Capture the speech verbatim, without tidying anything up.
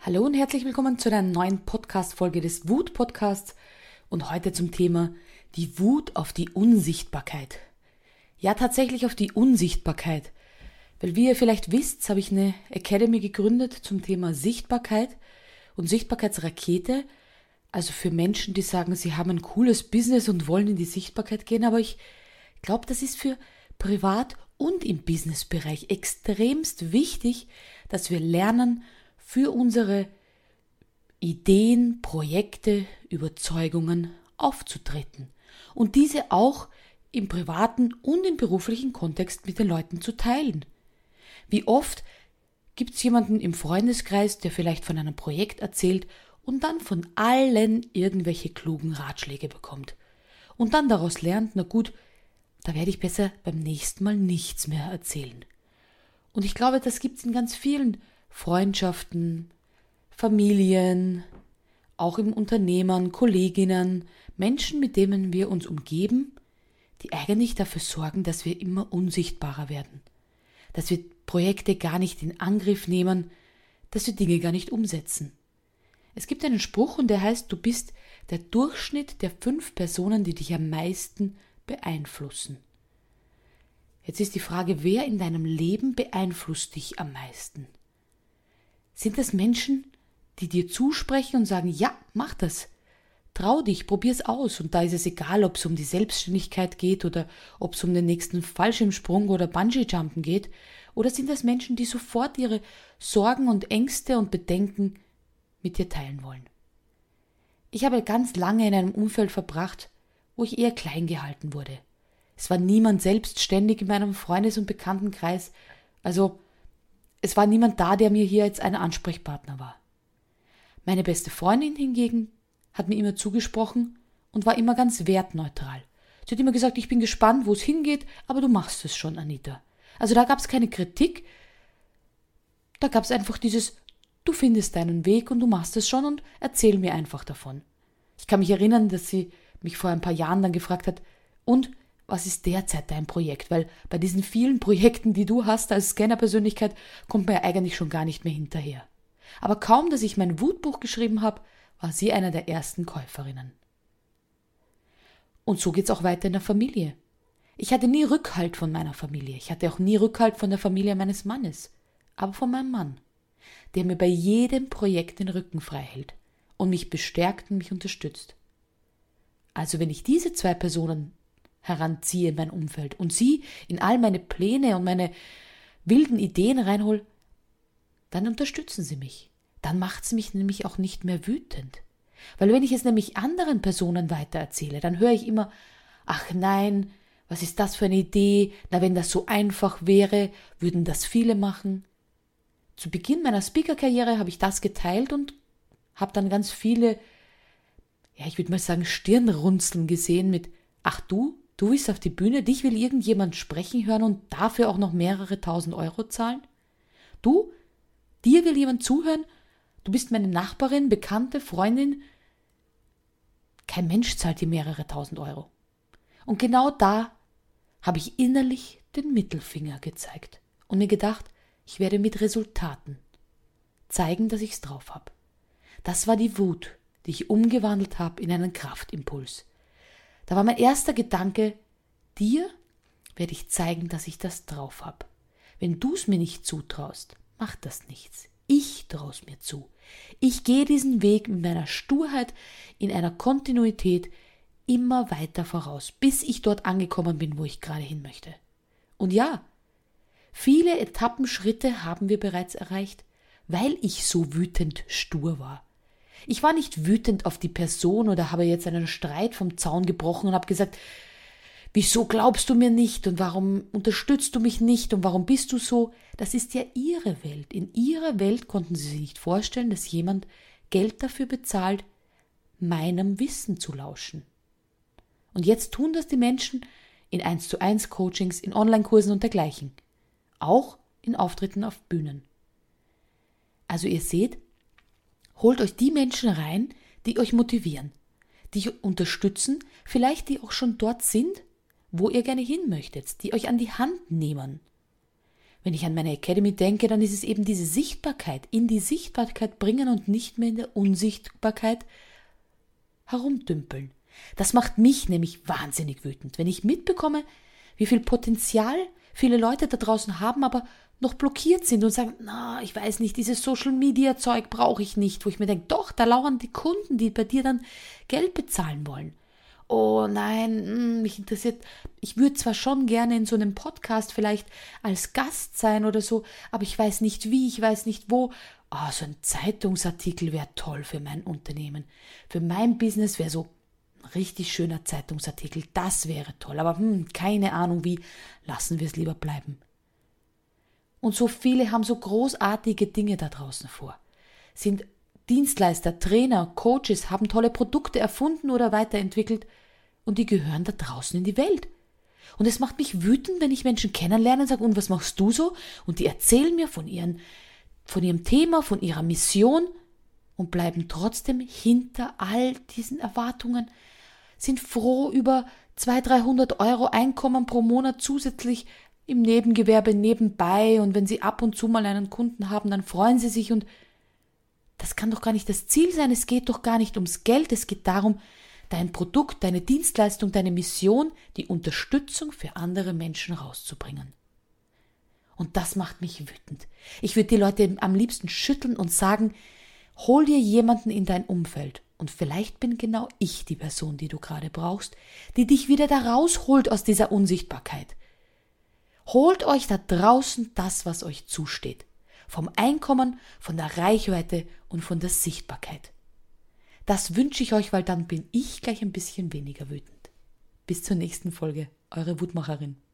Hallo und herzlich willkommen zu einer neuen Podcast-Folge des Wut-Podcasts und heute zum Thema die Wut auf die Unsichtbarkeit. Ja, tatsächlich auf die Unsichtbarkeit, weil wie ihr vielleicht wisst, habe ich eine Academy gegründet zum Thema Sichtbarkeit und Sichtbarkeitsrakete, also für Menschen, die sagen, sie haben ein cooles Business und wollen in die Sichtbarkeit gehen, aber ich glaube, das ist für privat und im Businessbereich extremst wichtig, dass wir lernen, für unsere Ideen, Projekte, Überzeugungen aufzutreten und diese auch im privaten und im beruflichen Kontext mit den Leuten zu teilen. Wie oft gibt es jemanden im Freundeskreis, der vielleicht von einem Projekt erzählt und dann von allen irgendwelche klugen Ratschläge bekommt und dann daraus lernt, na gut, da werde ich besser beim nächsten Mal nichts mehr erzählen. Und ich glaube, das gibt es in ganz vielen Freundschaften, Familien, auch im Unternehmen, Kolleginnen, Menschen, mit denen wir uns umgeben, die eigentlich dafür sorgen, dass wir immer unsichtbarer werden, dass wir Projekte gar nicht in Angriff nehmen, dass wir Dinge gar nicht umsetzen. Es gibt einen Spruch und der heißt, du bist der Durchschnitt der fünf Personen, die dich am meisten beeinflussen. Jetzt ist die Frage, wer in deinem Leben beeinflusst dich am meisten? Sind das Menschen, die dir zusprechen und sagen, ja, mach das, trau dich, probier's aus und da ist es egal, ob es um die Selbstständigkeit geht oder ob es um den nächsten Fallschirmsprung oder Bungee-Jumpen geht, oder sind das Menschen, die sofort ihre Sorgen und Ängste und Bedenken mit dir teilen wollen? Ich habe ganz lange in einem Umfeld verbracht, wo ich eher klein gehalten wurde. Es war niemand selbstständig in meinem Freundes- und Bekanntenkreis, also es war niemand da, der mir hier jetzt ein Ansprechpartner war. Meine beste Freundin hingegen hat mir immer zugesprochen und war immer ganz wertneutral. Sie hat immer gesagt, ich bin gespannt, wo es hingeht, aber du machst es schon, Anita. Also da gab es keine Kritik, da gab es einfach dieses, du findest deinen Weg und du machst es schon und erzähl mir einfach davon. Ich kann mich erinnern, dass sie mich vor ein paar Jahren dann gefragt hat, und was ist derzeit dein Projekt? Weil bei diesen vielen Projekten, die du hast als Scanner-Persönlichkeit, kommt man ja eigentlich schon gar nicht mehr hinterher. Aber kaum, dass ich mein Wutbuch geschrieben habe, war sie einer der ersten Käuferinnen. Und so geht's auch weiter in der Familie. Ich hatte nie Rückhalt von meiner Familie. Ich hatte auch nie Rückhalt von der Familie meines Mannes. Aber von meinem Mann, der mir bei jedem Projekt den Rücken frei hält und mich bestärkt und mich unterstützt. Also wenn ich diese zwei Personen heranziehe in mein Umfeld und sie in all meine Pläne und meine wilden Ideen reinhol, dann unterstützen sie mich. Dann macht es mich nämlich auch nicht mehr wütend. Weil wenn ich es nämlich anderen Personen weitererzähle, dann höre ich immer, ach nein, was ist das für eine Idee? Na, wenn das so einfach wäre, würden das viele machen. Zu Beginn meiner Speaker-Karriere habe ich das geteilt und habe dann ganz viele, ja, ich würde mal sagen, Stirnrunzeln gesehen mit, ach du, du willst auf die Bühne, dich will irgendjemand sprechen hören und dafür auch noch mehrere tausend Euro zahlen? Du, dir will jemand zuhören? Du bist meine Nachbarin, Bekannte, Freundin? Kein Mensch zahlt dir mehrere tausend Euro. Und genau da habe ich innerlich den Mittelfinger gezeigt und mir gedacht, ich werde mit Resultaten zeigen, dass ich es drauf habe. Das war die Wut, die ich umgewandelt habe in einen Kraftimpuls. Da war mein erster Gedanke, dir werde ich zeigen, dass ich das drauf habe. Wenn du es mir nicht zutraust, macht das nichts. Ich traue es mir zu. Ich gehe diesen Weg mit meiner Sturheit in einer Kontinuität immer weiter voraus, bis ich dort angekommen bin, wo ich gerade hin möchte. Und ja, viele Etappenschritte haben wir bereits erreicht, weil ich so wütend stur war. Ich war nicht wütend auf die Person oder habe jetzt einen Streit vom Zaun gebrochen und habe gesagt, wieso glaubst du mir nicht und warum unterstützt du mich nicht und warum bist du so? Das ist ja ihre Welt. In ihrer Welt konnten sie sich nicht vorstellen, dass jemand Geld dafür bezahlt, meinem Wissen zu lauschen. Und jetzt tun das die Menschen in eins zu eins Coachings, in Online-Kursen und dergleichen. Auch in Auftritten auf Bühnen. Also ihr seht, holt euch die Menschen rein, die euch motivieren, die euch unterstützen, vielleicht die auch schon dort sind, wo ihr gerne hin möchtet, die euch an die Hand nehmen. Wenn ich an meine Academy denke, dann ist es eben diese Sichtbarkeit, in die Sichtbarkeit bringen und nicht mehr in der Unsichtbarkeit herumdümpeln. Das macht mich nämlich wahnsinnig wütend, wenn ich mitbekomme, wie viel Potenzial viele Leute da draußen haben, aber noch blockiert sind und sagen, na, ich weiß nicht, dieses Social-Media-Zeug brauche ich nicht, wo ich mir denke, doch, da lauern die Kunden, die bei dir dann Geld bezahlen wollen. Oh nein, mich interessiert, ich würde zwar schon gerne in so einem Podcast vielleicht als Gast sein oder so, aber ich weiß nicht wie, ich weiß nicht wo. Oh, so ein Zeitungsartikel wäre toll für mein Unternehmen. Für mein Business wäre so ein richtig schöner Zeitungsartikel, das wäre toll. Aber hm, keine Ahnung wie, lassen wir es lieber bleiben. Und so viele haben so großartige Dinge da draußen vor, sind Dienstleister, Trainer, Coaches, haben tolle Produkte erfunden oder weiterentwickelt und die gehören da draußen in die Welt. Und es macht mich wütend, wenn ich Menschen kennenlerne und sage, und was machst du so? Und die erzählen mir von, ihren, von ihrem Thema, von ihrer Mission und bleiben trotzdem hinter all diesen Erwartungen, sind froh über zweihundert, dreihundert Euro Einkommen pro Monat zusätzlich im Nebengewerbe nebenbei und wenn sie ab und zu mal einen Kunden haben, dann freuen sie sich und das kann doch gar nicht das Ziel sein, es geht doch gar nicht ums Geld, es geht darum, dein Produkt, deine Dienstleistung, deine Mission, die Unterstützung für andere Menschen rauszubringen. Und das macht mich wütend. Ich würde die Leute am liebsten schütteln und sagen, hol dir jemanden in dein Umfeld und vielleicht bin genau ich die Person, die du gerade brauchst, die dich wieder da rausholt aus dieser Unsichtbarkeit. Holt euch da draußen das, was euch zusteht. Vom Einkommen, von der Reichweite und von der Sichtbarkeit. Das wünsche ich euch, weil dann bin ich gleich ein bisschen weniger wütend. Bis zur nächsten Folge, eure Wutmacherin.